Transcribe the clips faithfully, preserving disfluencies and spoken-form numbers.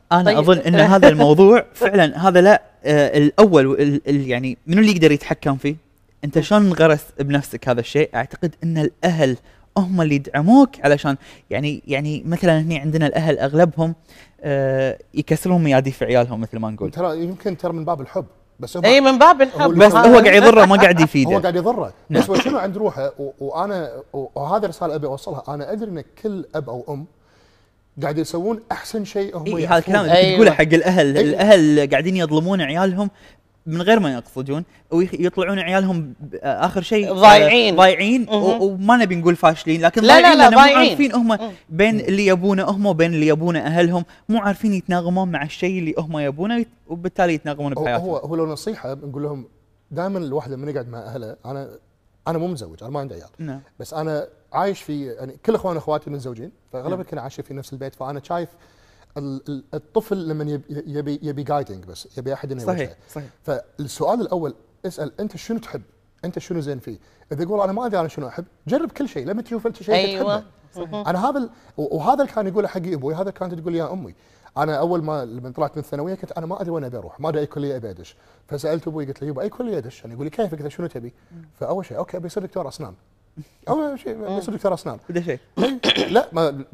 انا طيب. اظن ان هذا الموضوع فعلا هذا لا آه الاول ال ال يعني منو اللي يقدر يتحكم فيه؟ انت شلون انغرس بنفسك هذا الشيء؟ اعتقد ان الاهل هم اللي يدعموك، علشان يعني يعني مثلا هنا عندنا الاهل اغلبهم آه يكسرون مياديف عيالهم مثل ما نقول. ترى يمكن ترى من باب الحب بس هم اي من باب الحب، بس هو قاعد يضره ما قاعد يفيده. هو قاعد يضره. بس هو شنو عند روحه، وانا وهذا رساله ابي اوصلها. انا ادري ان كل اب او ام قاعد يسوون احسن شيء هم. إيه هذا الكلام اللي أيوة. تقوله حق الاهل. أيوة. الاهل قاعدين يظلمون عيالهم من غير ما يقصدون، ويطلعون عيالهم اخر شيء ضايعين ضايعين وما نبي نقول فاشلين، لكن لا ضايعين لا لا لان مو ضايعين. عارفين هم بين اللي يبونه هم وبين اللي يبونه اهلهم، مو عارفين يتناغمون مع الشيء اللي هم يبونه وبالتالي يتناغمون بحياتهم. هو هو لو نصيحه نقول لهم دائما الواحده من يقعد مع اهله. انا انا مو متزوج، انا ما عندي عيال. نعم. بس انا عايش في يعني كل اخوان اخواتي متزوجين، فاغلبنا كنا عايشين في نفس البيت، فانا شايف الطفل لما يبي يبي يبي جايدنج، بس يبي احد انه يوجهه. صحيح صحيح. فالسؤال الاول اسال انت شنو تحب؟ انت شنو زين فيه؟ اذا يقول انا ما ادري انا شنو احب، جرب كل شيء لما تشوف انت شيء أيوة. تحبه. انا هذا وهذا اللي كان يقوله حقي ابوي، هذا كانت تقول لي يا امي. انا اول ما لما طلعت من الثانويه كنت انا ما ادري وين ابي اروح، ما ادري اي كليه ابي ادش. فسالت ابوي قلت له يبا اي كليه ادش؟ يعني يقول لي كيف؟ قلت له شنو تبي؟ فاول شيء اوكي ابي اصير دكتور اسنان. اول شيء ابي اصير دكتور اسنان. بدا شيء لا ما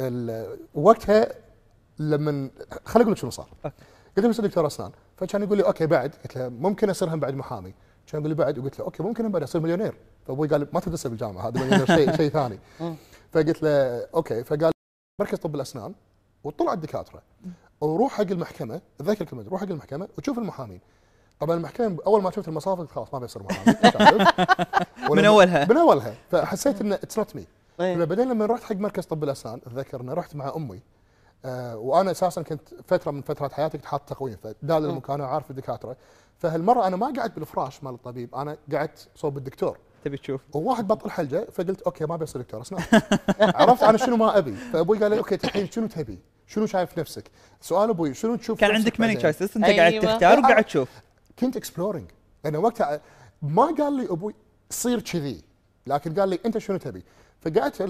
وقتها لما خليني اقول لك شنو صار. قلت له بصير دكتور اسنان، فكان يقول لي اوكي بعد. قلت له ممكن اصير هم بعد محامي. كان يقول لي بعد، وقلت له اوكي ممكن هم بعد اصير مليونير. فابوي قال ما تدرس بالجامعه، هذا مليونير شيء شيء ثاني. فقلت له اوكي. فقال مركز طب الاسنان وطلع الدكاتره وروح حق المحكمه، اتذكر الكلمه، روح حق المحكمه وتشوف المحامين. طبعا المحكمه اول ما شفت المصافي قلت خلاص ما بيصير محامي من اولها من اولها. فحسيت انه اتس نوت مي. بعدين لما رحت حق مركز طب الاسنان اتذكر اني رحت مع امي. آه وانا اساسا كنت فتره من فترات حياتي كنت حاط تقويم، فدال المكان وعارف الدكاتره. فهالمره انا ما قعدت بالفراش مال الطبيب، انا قعدت صوب الدكتور. تبي تشوف وواحد بطل حلجه، فقلت اوكي ما بيصير دكتور اسنان. عرفت انا شنو ما ابي. فابوي قال لي اوكي الحين شنو تبي؟ شنو شايف نفسك؟ سؤال ابوي شنو تشوف؟ كان عندك ماني تشويسز، انت أيوة. قاعد تختار وقاعد تشوف. كنت اكسبلورينج. انا وقتها ما قال لي ابوي صير كذي، لكن قال لي انت شنو تبي؟ فقعدت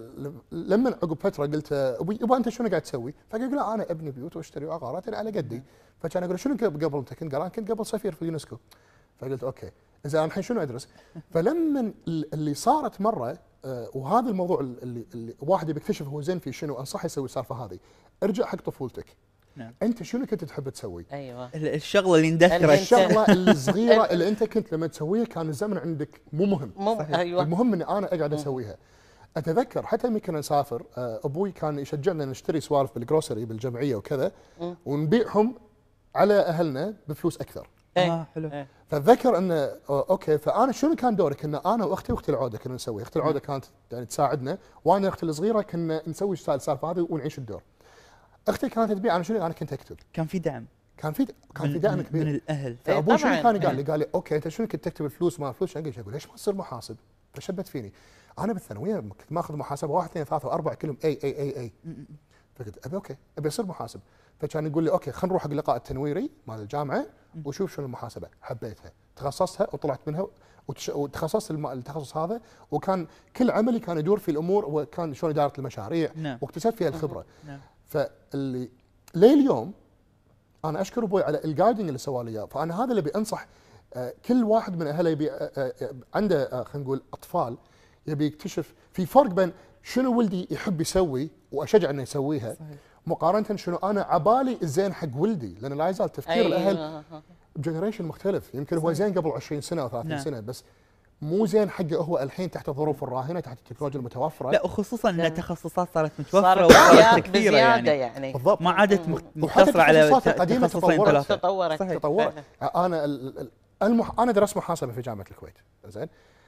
لما عقب فتره قلت ابوي ابا انت شنو قاعد تسوي؟ فقال لا انا ابني بيوت واشتري عقارات انا على قدي. فكان اقول شنو قبل انت كنت؟ قال انا كنت قبل سفير في اليونسكو. فقلت اوكي اذا الحين شنو ادرس؟ فلما اللي صارت مره آه وهذا الموضوع اللي, اللي واحد بيكتشف هو زين فيه شنو، انصحه يسوي السالفه هذه. ارجع حق طفولتك. نعم. انت شنو كنت تحب تسوي؟ ايوه الشغله اللي اندثرت، الشغله الصغيره اللي انت كنت لما تسويها كان الزمن عندك مو مهم. مو ايوه المهم اني انا اقعد اسويها. اتذكر حتى لما كنا نسافر ابوي كان يشجعنا نشتري سوالف بالجروسري بالجمعيه وكذا ونبيعهم على اهلنا بفلوس اكثر. اه حلو. فاتذكر انه اوكي. فانا شنو كان دوري؟ كنا انا واختي واختي العوده كنا نسوي. اختي العوده كانت يعني تساعدنا، وانا اختي الصغيره كنا نسوي السالفه هذه ونعيش الدور. اختي كانت تبيع، انا شنو؟ انا كنت اكتب. كان في دعم، كان في كان في دعم كبير من الاهل. فابوي شنو كان قال لي؟ قال لي اوكي انت شنو كنت تكتب الفلوس ما فلوس؟ انا قلت اقول ليش ما تصير محاسب؟ فشبت فيني. انا بالثانويه كنت ماخذ محاسبه واحد اثنين ثلاثه واربعه كلهم اي اي اي اي. فقلت ابي اوكي ابي اصير محاسب. فكان يقول لي اوكي خلينا نروح حق اللقاء التنويري مال الجامعه وشوف شنو المحاسبه. حبيتها، تخصصتها وطلعت منها وتخصصت التخصص هذا، وكان كل عملي كان يدور في الامور وكان شلون اداره المشاريع. نعم. واكتسبت فيها الخبره. نعم. فاللي ليه اليوم انا اشكر ابوي على الجايدنج اللي سوى لي اياه. فانا هذا اللي ابي انصح كل واحد من اهله يبي عنده خلينا نقول اطفال يبي يكتشف في فرق بين شنو ولدي يحب يسوي واشجع انه يسويها. صحيح. مقارنه شنو انا عبالي الزين حق ولدي، لان لا يزال تفكير أيوة. الاهل بجنريشن مختلف. يمكن صحيح. هو زين قبل عشرين سنه او ثلاثين نعم. سنه، بس مو زين حقه هو الحين تحت الظروف الراهنه تحت التكنولوجيا المتوفره. لا وخصوصا ان التخصصات صارت متوفره وصارت كثيره يعني. يعني بالضبط ما عادت مقتصره على قديمه تطورت تطورت صحيح تطورت. انا المح... انا درست محاسبه في جامعه الكويت. زين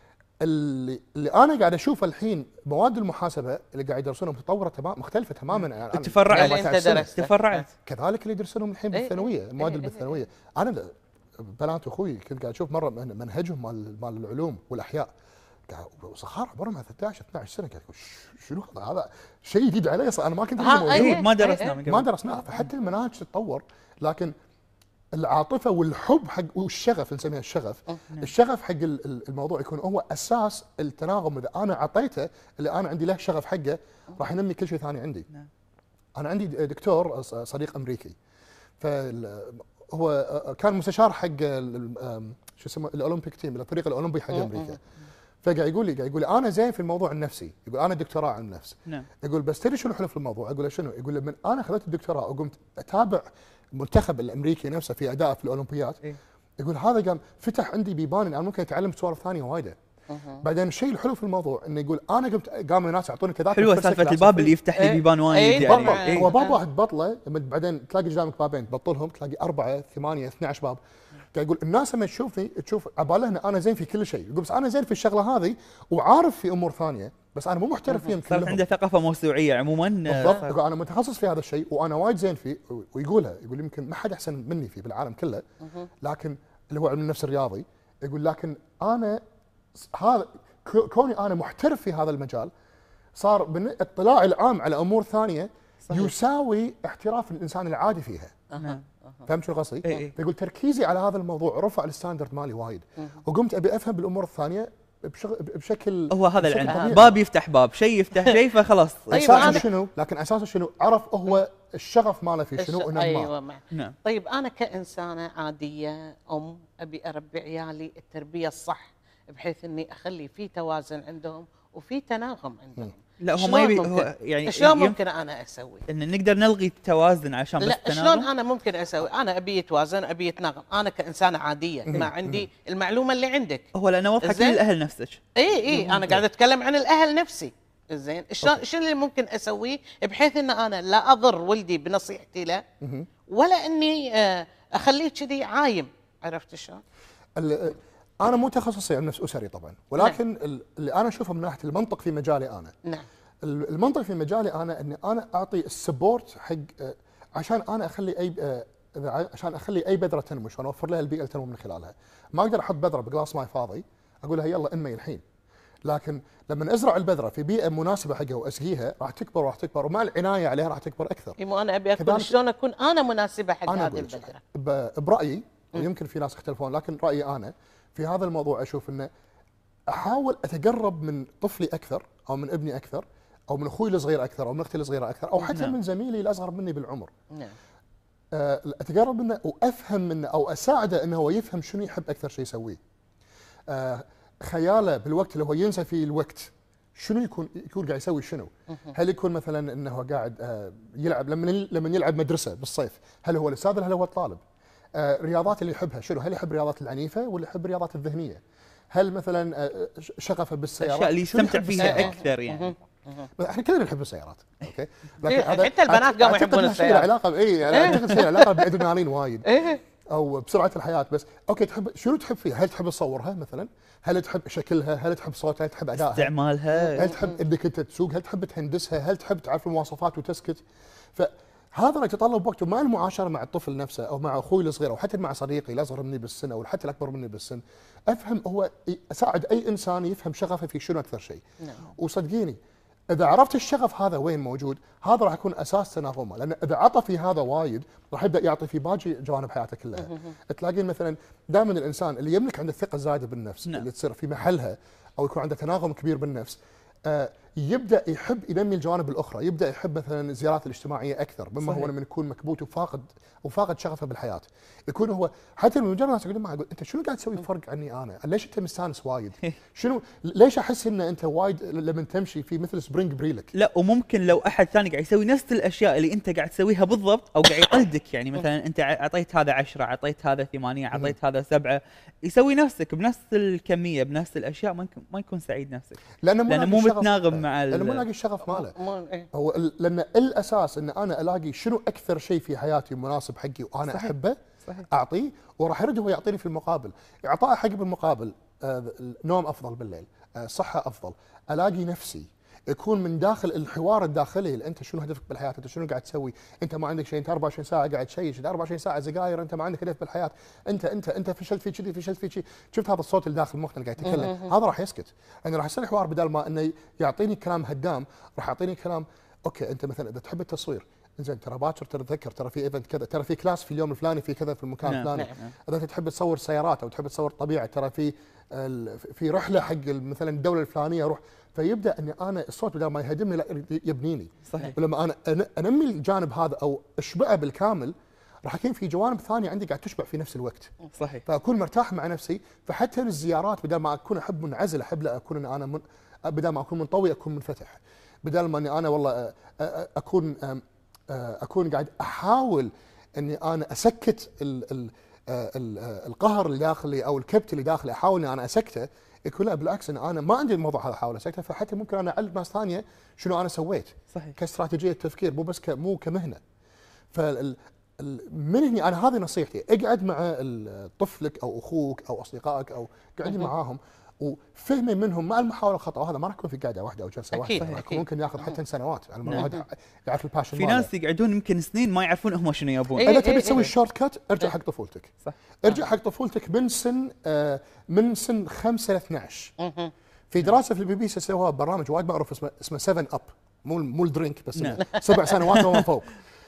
اللي اللي انا قاعد اشوف الحين مواد المحاسبه اللي قاعد يدرسونها متطوره تمام مختلفه تماما. يعني تفرعت تفرعت كذلك اللي يدرسونهم الحين بالثانويه المواد اللي بالثانويه. انا بنات اخوي كنت قاعد اشوف مره منهجهم مال مال العلوم والاحياء قاعد صغار عمرهم ثلاثة عشر اثني عشر سنه. قاعد اقول شنو هذا؟ هذا شيء جديد علي اصلا انا ما كنت موجود ما درسنا ما درسناه. فحتى المناهج تتطور، لكن العاطفه والحب حق والشغف نسميها الشغف. الشغف حق الموضوع يكون هو اساس التناغم. اذا انا اعطيته اللي انا عندي له شغف حقه راح ينمي كل شيء ثاني عندي. انا عندي دكتور صديق امريكي، فهو كان مستشار حق شو اسمه الاولمبيك تيم، الفريق الاولمبي حق امريكا. فقاعد يقول لي قاعد يقول لي انا زين في الموضوع النفسي، يقول انا دكتوراه علم نفس. نعم. يقول بس تدري شنو الحلو في الموضوع؟ اقول له شنو؟ يقول لما انا اخذت الدكتوراه وقمت اتابع المنتخب الامريكي نفسه في ادائه في الاولمبيات، إيه؟ يقول هذا قام فتح عندي بيبان ان انا ممكن اتعلم سوالف ثانيه وايده. بعدين الشيء الحلو في الموضوع انه يقول انا قمت قاموا الناس يعطوني كذا حلوه سالفه الباب اللي يفتح لي بيبان وايد يعني. يعني. هو باب واحد بطله، بعدين تلاقي قدامك بابين تبطلهم تلاقي أربعة ثمانية اثني عشر باب. قاعد يقول الناس لما تشوفني تشوف عبالها ان انا زين في كل شيء، يقول بس انا زين في الشغله هذه وعارف في امور ثانيه بس انا مو محترف فيهم كلهم. صار عنده ثقافه موسوعيه عموما. بالضبط. يقول انا متخصص في هذا الشيء وانا وايد زين فيه، ويقولها يقول يمكن ما حد احسن مني فيه بالعالم كله، لكن اللي هو علم النفس الرياضي. يقول لكن انا هذا كوني انا محترف في هذا المجال صار الاطلاع العام على امور ثانيه صحيح. يساوي احتراف الانسان العادي فيها. أه. فهمت شو قصدي؟ إيه. يقول تركيزي على هذا الموضوع رفع الستاندرد مالي وايد، وقمت ابي افهم بالامور الثانيه بشكل هو هذا اللي عنده باب يفتح باب، شيء يفتح شيء فخلاص. اساسه شنو؟ لكن اساسه شنو؟ عرف هو الشغف ماله في شنو ونمى. ايوه نعم. طيب انا كانسانه عاديه ام ابي اربي عيالي التربيه الصح بحيث اني اخلي في توازن عندهم وفي تناغم عندهم. لا هو ما يبي هو يعني شلون ممكن انا اسوي؟ ان نقدر نلغي التوازن عشان بس لا شلون انا ممكن اسوي؟ انا ابي يتوازن ابي يتناغم، انا كانسانه عاديه ما عندي المعلومه اللي عندك. هو لانه واضحه كل الاهل نفسك. اي اي انا قاعد اتكلم عن الاهل نفسي. زين شلون شو اللي ممكن اسويه بحيث ان انا لا اضر ولدي بنصيحتي له ولا اني اخليه كذي عايم. عرفت شلون؟ انا مو تخصصي علم نفس اسري طبعا، ولكن نعم. اللي انا اشوفه من ناحيه المنطق في مجالي انا نعم المنطق في مجالي انا اني انا اعطي السبورت حق عشان انا اخلي اي عشان اخلي اي بذره تنمو، عشان اوفر لها البيئه اللي تنمو من خلالها. ما اقدر احط بذره بقلاص ماي فاضي اقول لها يلا انمي الحين، لكن لما ازرع البذره في بيئه مناسبه حقها واسقيها راح تكبر وراح تكبر، ومع العنايه عليها راح تكبر اكثر. اي مو انا ابي اكون شلون اكون انا مناسبه حق هذه البذره. برايي ويمكن في ناس يختلفون، لكن رايي انا في هذا الموضوع اشوف انه احاول اتقرب من طفلي اكثر او من ابني اكثر او من اخوي الصغير اكثر او من اختي الصغيره اكثر او حتى نعم. من زميلي الاصغر مني بالعمر. نعم. اتقرب منه وافهم منه او اساعده انه هو يفهم شنو يحب اكثر شيء يسويه. أه خياله بالوقت اللي هو ينسى فيه الوقت شنو يكون يكون قاعد يسوي شنو؟ هل يكون مثلا انه هو قاعد أه يلعب لما لما يلعب مدرسه بالصيف، هل هو الاستاذ ولا هل هو الطالب؟ أه الرياضات اللي يحبها شنو؟ هل يحب الرياضات العنيفه ولا يحب الرياضات الذهنيه؟ هل مثلا شغفه بالسيارات الاشياء اللي يستمتع فيها اكثر يعني؟ احنا كلنا نحب السيارات، اوكي؟ لكن حتى البنات قاموا يحبون السيارات. علاقه باي اعتقد في علاقه بالادرينالين وايد او بسرعه الحياه. بس اوكي تحب شنو تحب فيها؟ هل تحب تصورها مثلا؟ هل تحب شكلها؟ هل تحب صوتها؟ هل تحب ادائها؟ استعمالها؟ هل تحب انك انت تسوق؟ هل تحب تهندسها؟ هل تحب تعرف المواصفات وتسكت؟ فهذا يتطلب وقت، ومع المعاشره مع الطفل نفسه او مع اخوي الصغير او حتى مع صديقي الاصغر مني بالسن او حتى الاكبر مني بالسن، افهم هو اساعد اي انسان يفهم شغفه في شنو اكثر شيء. نعم. وصدقيني اذا عرفت الشغف هذا وين موجود، هذا راح يكون اساس تناغمه، لان اذا عطى في هذا وايد راح يبدا يعطي في باقي جوانب حياته كلها. تلاقين مثلا دائما الانسان اللي يملك عنده الثقه الزايده بالنفس نعم. اللي تصير في محلها او يكون عنده تناغم كبير بالنفس، آه يبدا يحب ينمي الجوانب الاخرى، يبدا يحب مثلا الزيارات الاجتماعيه اكثر مما صحيح. هو لما يكون مكبوت وفاقد وفاقد شغفه بالحياه. يكون هو حتى من مجرد الناس يقولون معي يقول انت شنو قاعد تسوي فرق عني انا؟ ليش انت مستانس وايد؟ شنو ليش احس ان انت وايد لما تمشي في مثل سبرينج بريلك؟ لا وممكن لو احد ثاني قاعد يسوي نفس الاشياء اللي انت قاعد تسويها بالضبط او قاعد يقلدك، يعني مثلا انت اعطيت هذا عشرة، اعطيت هذا ثمانية، اعطيت هذا سبعة، يسوي نفسك بنفس الكميه بنفس الاشياء، ما يكون ما يكون سعيد نفسك لانه مو, لأنه مو متناغم مع لانه مو لاقي الشغف ماله. هو لان الاساس ان انا الاقي شنو اكثر شيء في حياتي مناسب حقي وانا صحيح. احبه صحيح. اعطيه وراح يرد هو يعطيني في المقابل. اعطاء حقي بالمقابل آه نوم افضل بالليل، آه صحه افضل، الاقي نفسي يكون من داخل الحوار الداخلي اللي انت شنو هدفك بالحياه؟ انت شنو قاعد تسوي؟ انت ما عندك شيء، انت أربعة وعشرين ساعه قاعد تشيش، أربعة وعشرين ساعه سجاير، انت ما عندك هدف بالحياه، انت انت انت فشلت في كذي فشلت في شيء. شفت هذا الصوت اللي داخل مخنا اللي قاعد يتكلم؟ هذا راح يسكت. انا راح يصير حوار بدل ما انه يعطيني كلام هدام، راح يعطيني كلام اوكي انت مثلا اذا تحب التصوير زين ترى باكر ترى تذكر ترى في ايفنت كذا، ترى في كلاس في اليوم الفلاني في كذا في المكان نعم. الفلاني. نعم. اذا انت تحب تصور سيارات او تحب تصور طبيعه، ترى في ال- في رحله حق مثلا الدوله الفلانيه اروح. فيبدا اني انا الصوت بدل ما يهدمني لا يبنيني. صحيح. ولما انا أن- انمي الجانب هذا او اشبعه بالكامل، راح يكون في جوانب ثانيه عندي قاعد تشبع في نفس الوقت. صحيح. فاكون مرتاح مع نفسي. فحتى الزيارات بدل ما اكون احب منعزل، احب لا اكون إن انا من بدل ما اكون منطوي اكون منفتح. بدل ما اني انا والله أ- أ- اكون أم- اكون قاعد احاول اني انا اسكت ال ال ال القهر اللي داخلي او الكبت اللي داخلي، احاول اني انا اسكته. يكون لا بالعكس ان انا ما عندي الموضوع هذا احاول اسكته، فحتى ممكن انا اعلم ناس ثانيه شنو انا سويت. صحيح. كاستراتيجيه تفكير، مو بس ك مو كمهنه. فال ال- من هنا انا هذه نصيحتي، اقعد مع ال- طفلك او اخوك او اصدقائك او قعدي معاهم وفهمي منهم مع المحاوله الخطا، وهذا ما راح يكون في قاعده واحده او جلسه أكيد، واحده، راح يكون أكيد. ممكن ياخذ حتى سنوات على ما نعم. الواحد يعرف الباشن في ماله. ناس يقعدون يمكن سنين ما يعرفون هم شنو يبون. إيه. اذا تبي إيه تسوي إيه. الشورت كات ارجع حق طفولتك. صح. ارجع حق طفولتك من سن آه من سن خمسة ل اثنعش. مهم. في دراسه في البي بي سي سووها برنامج وايد معروف اسمه اسمه سفن اب، مو مو الدرينك بس نعم. إنه سبع سنوات وما فوق.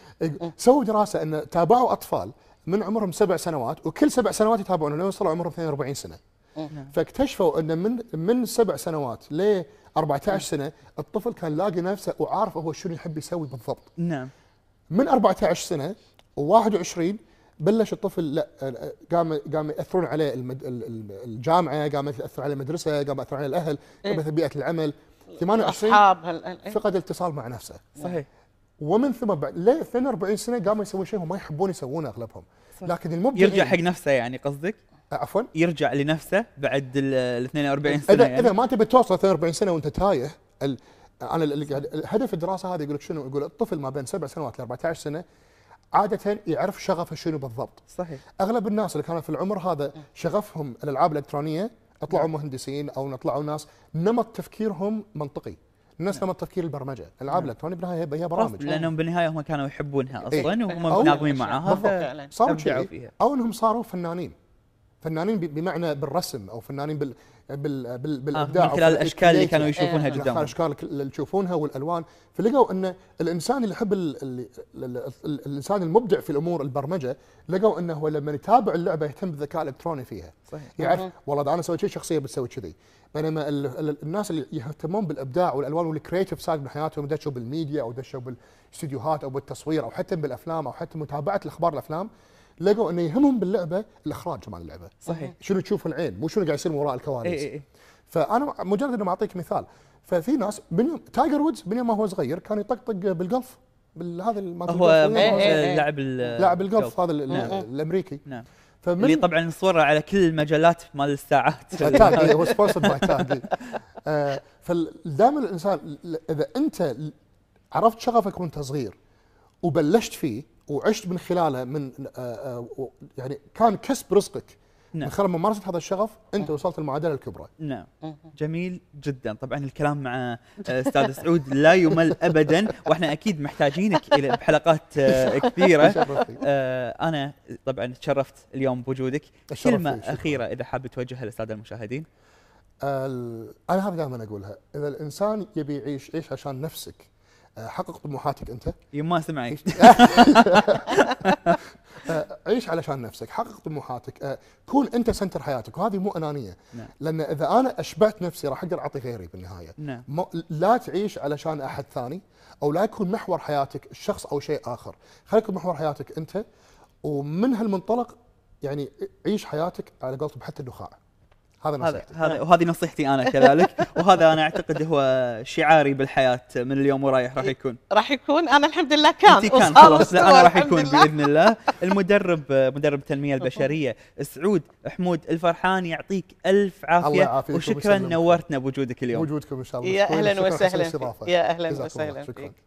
سووا دراسه ان تابعوا اطفال من عمرهم سبع سنوات، وكل سبع سنوات يتابعون لين وصلوا عمرهم اثنين وأربعين سنه. نعم. فاكتشفوا ان من من سبع سنوات ل أربعة عشر سنه الطفل كان لاقي نفسه وعارف هو شنو يحب يسوي بالضبط. نعم. من أربعة عشر سنه وواحد وعشرين بلش الطفل لا قام قام ياثرون عليه المد... ال- ال- الجامعه، قام ياثر عليه المدرسه، قام ياثر عليه الاهل، قام ياثر بيئه العمل. ثمانية وعشرين اصحاب هال- هال- فقد الاتصال مع نفسه. صحيح. ومن ثم بعد ل اثنين وأربعين سنه قام يسوي شيء هم ما يحبون يسوونه اغلبهم. صح. لكن المبدع يرجع حق نفسه يعني قصدك؟ عفوا يرجع لنفسه بعد ال اثنين وأربعين سنه اذا يعني. اذا ما تبي توصل اثنين وأربعين سنه وانت تايه. ال... انا اللي قاعد هدف الدراسه هذه يقول لك شنو؟ يقول الطفل ما بين سبع سنوات ل أربعة عشر سنه عاده يعرف شغفه شنو بالضبط. صحيح. اغلب الناس اللي كانوا في العمر هذا شغفهم الالعاب الالكترونيه، اطلعوا مهندسين او نطلعوا ناس نمط تفكيرهم منطقي. الناس نمط تفكير البرمجه، الالعاب الالكترونيه بالنهايه هي هي برامج. لانهم بالنهايه هم كانوا يحبونها إيه. اصلا وهم أو- ناظمين معاها. بالضبط فعلا. صاروا ابدعوا كذي فيها. او انهم صاروا فنانين. فنانين ب- بمعنى بالرسم او فنانين بال بال بال آه بالابداع من أو خلال في الاشكال اللي الcreative. كانوا يشوفونها إيه. من خلال قدامهم. الاشكال اللي تشوفونها والالوان. فلقوا ان الانسان اللي يحب ال ال ال ال الانسان المبدع في الامور البرمجه، لقوا انه هو لما يتابع اللعبه يهتم بالذكاء الالكتروني فيها. صحيح. يعرف مهم. والله اذا انا سويت شيء شخصيه بتسوي كذي. بينما ال ال الناس اللي يهتمون بالابداع والالوان والكريتيف سايد من حياتهم، دشوا بالميديا او دشوا بالاستديوهات او بالتصوير او حتى بالافلام او حتى متابعه الاخبار الافلام، لقوا انه يهمهم باللعبه الاخراج مال اللعبه. صحيح. شنو تشوف العين، مو شنو قاعد يصير من وراء الكواليس. اي اي اي. فانا مجرد اني اعطيك مثال. ففي ناس من يوم تايجر وودز من يوم ما هو صغير كان يطقطق بالجلف، بالهذا مال هو الجلف. إيه إيه إيه. لاعب ال- لاعب الجلف هذا ال- نعم. الامريكي. نعم. فمن اللي طبعا صوره على كل المجالات مال الساعات. تاج هو سبونسر باي تاج. فدائما الانسان ل- اذا انت ل- عرفت شغفك وانت صغير وبلشت فيه وعشت من خلاله من آه، آه، و- يعني كان كسب رزقك نعم. من خلال ممارسه هذا الشغف، انت وصلت المعادله الكبرى. نعم. مهم. جميل جدا. طبعا الكلام مع استاذ سعود لا يمل ابدا، واحنا اكيد محتاجينك الى بحلقات آه، كثيره. شرفتني. آه، انا طبعا تشرفت اليوم بوجودك. الشرف كلمه لي، شكراً. اخيره اذا حاب توجهها للساده المشاهدين. ال- انا هذا دائما اقولها، اذا الانسان يبي يعيش عيش عشان نفسك، آه، حقق طموحاتك انت. يوم ما سمعك. آه، عيش علشان نفسك، حقق طموحاتك، آه، كون انت سنتر حياتك، وهذه مو انانيه. نعم. لان اذا انا اشبعت نفسي راح اقدر اعطي غيري بالنهايه. نعم. ما- لا تعيش علشان احد ثاني، او لا يكون محور حياتك الشخص او شيء اخر، خليك يكون محور حياتك انت. ومن هالمنطلق يعني عيش حياتك على قولتهم حتى النخاع. هذا هذا نصيحتي. هذا وهذه نصيحتي انا كذلك، وهذا انا اعتقد هو شعاري بالحياه من اليوم ورايح راح يكون. راح يكون انا الحمد لله كان انت كان وصار خلاص، لا انا راح الحمد يكون لله. باذن الله. المدرب مدرب التنميه البشريه سعود حمود الفرحان يعطيك الف الله عافيه، يعافيك وشكرا ويسلمك. نورتنا بوجودك اليوم. وجودكم ان شاء الله. يا شكراً- اهلا شكراً حسن وسهلا الاستضافة. فيك. يا اهلا جزاكم الله. وسهلا شكراً. فيك.